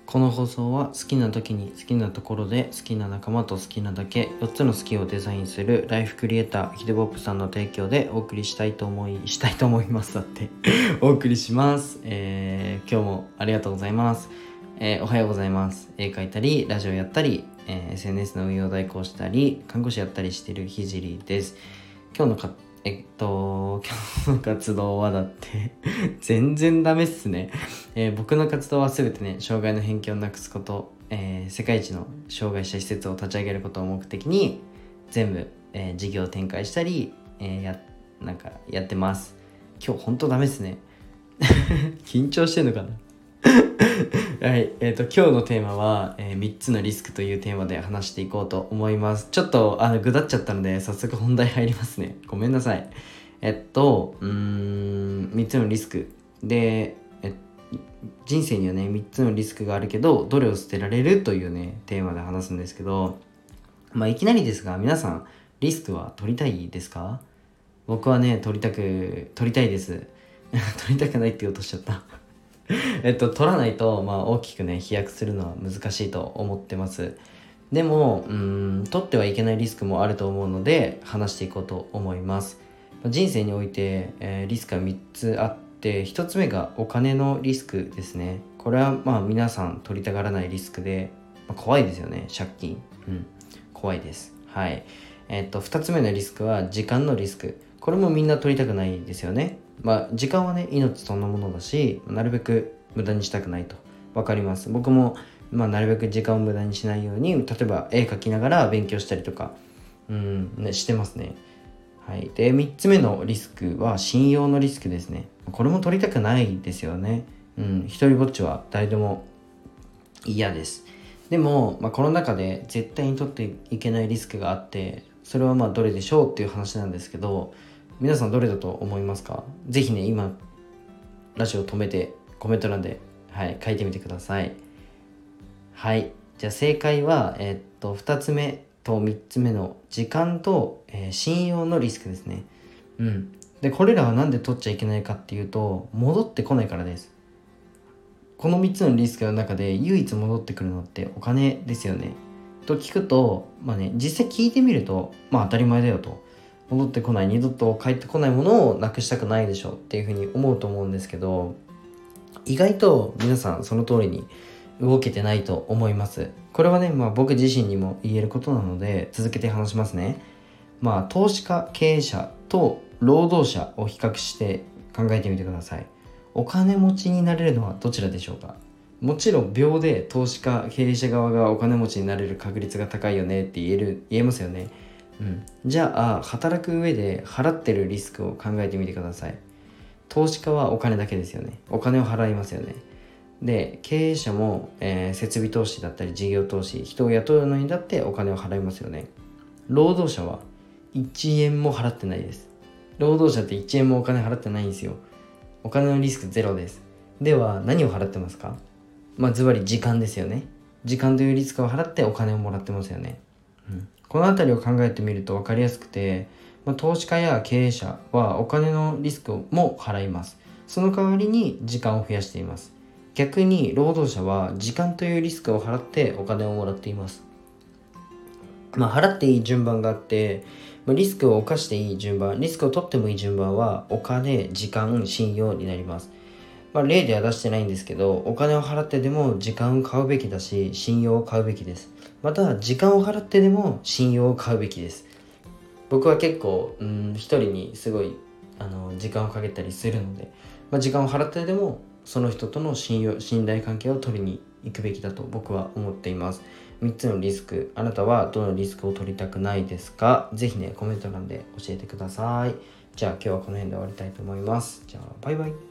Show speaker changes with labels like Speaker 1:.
Speaker 1: この放送は好きな時に好きなところで好きな仲間と好きなだけ4つの好きをデザインするライフクリエイターヒデボップさんの提供でお送りしたいと思いますだってお送りします、今日もありがとうございます、おはようございます。絵描いたりラジオやったり、SNS の運用代行したり看護師やったりしてるひじりです。今日の活動はだって全然ダメっすね。僕の活動は全てね、障害の偏見をなくすこと、世界一の障害者施設を立ち上げることを目的に全部、事業を展開したり、やってます。今日ほんとダメっすね緊張してんのかなはい、今日のテーマは、3つのリスクというテーマで話していこうと思います。ちょっとぐだっちゃったので早速本題入りますね。ごめんなさい。3つのリスクで、人生にはね3つのリスクがあるけどどれを捨てられるというねテーマで話すんですけど、いきなりですが皆さんリスクは取りたいですか？僕はね取りたいです取りたくないって言おうとしちゃった取らないと、大きくね飛躍するのは難しいと思ってます。でも取ってはいけないリスクもあると思うので話していこうと思います。人生において、リスクは3つあって1つ目がお金のリスクですね。これは皆さん取りたがらないリスクで、怖いですよね。借金、怖いです。はい。2つ目のリスクは時間のリスク。これもみんな取りたくないですよね。時間はね命そのものだし、なるべく無駄にしたくないと分かります。僕もなるべく時間を無駄にしないように、例えば絵描きながら勉強したりとかしてますね。はい。で3つ目のリスクは信用のリスクですね。これも取りたくないですよね。一人ぼっちは誰でも嫌です。でも、この中で絶対に取っていけないリスクがあって、それはどれでしょうっていう話なんですけど、皆さんどれだと思いますか？ぜひね今ラジオ止めてコメント欄で、書いてみてください。はい。じゃあ正解は2つ目と3つ目の時間と、信用のリスクですね。でこれらはなんで取っちゃいけないかっていうと、戻ってこないからです。この3つのリスクの中で唯一戻ってくるのってお金ですよね。と聞くと実際聞いてみると当たり前だよと。戻ってこない、二度と帰ってこないものをなくしたくないでしょっていうふうに思うと思うんですけど、意外と皆さんその通りに動けてないと思います。これはね僕自身にも言えることなので続けて話しますね。投資家経営者と労働者を比較して考えてみてください。お金持ちになれるのはどちらでしょうか？もちろん秒で投資家経営者側がお金持ちになれる確率が高いよねって言えますよね。じゃあ働く上で払ってるリスクを考えてみてください。投資家はお金だけですよね。お金を払いますよね。で経営者も、設備投資だったり事業投資、人を雇うのにだってお金を払いますよね。労働者は1円も払ってないです。労働者って1円もお金払ってないんですよ。お金のリスクゼロです。では何を払ってますか？ズバリ時間ですよね。時間というリスクを払ってお金をもらってますよね。このあたりを考えてみると分かりやすくて、投資家や経営者はお金のリスクも払います。その代わりに時間を増やしています。逆に労働者は時間というリスクを払ってお金をもらっています。払っていい順番があって、リスクを冒していい順番、リスクを取ってもいい順番はお金、時間、信用になります。例では出してないんですけど、お金を払ってでも時間を買うべきだし、信用を買うべきです。また時間を払ってでも信用を買うべきです。僕は結構一人にすごい時間をかけたりするので、時間を払ってでもその人との信頼関係を取りに行くべきだと僕は思っています。3つのリスク、あなたはどのリスクを取りたくないですか？ぜひねコメント欄で教えてください。じゃあ今日はこの辺で終わりたいと思います。じゃあバイバイ。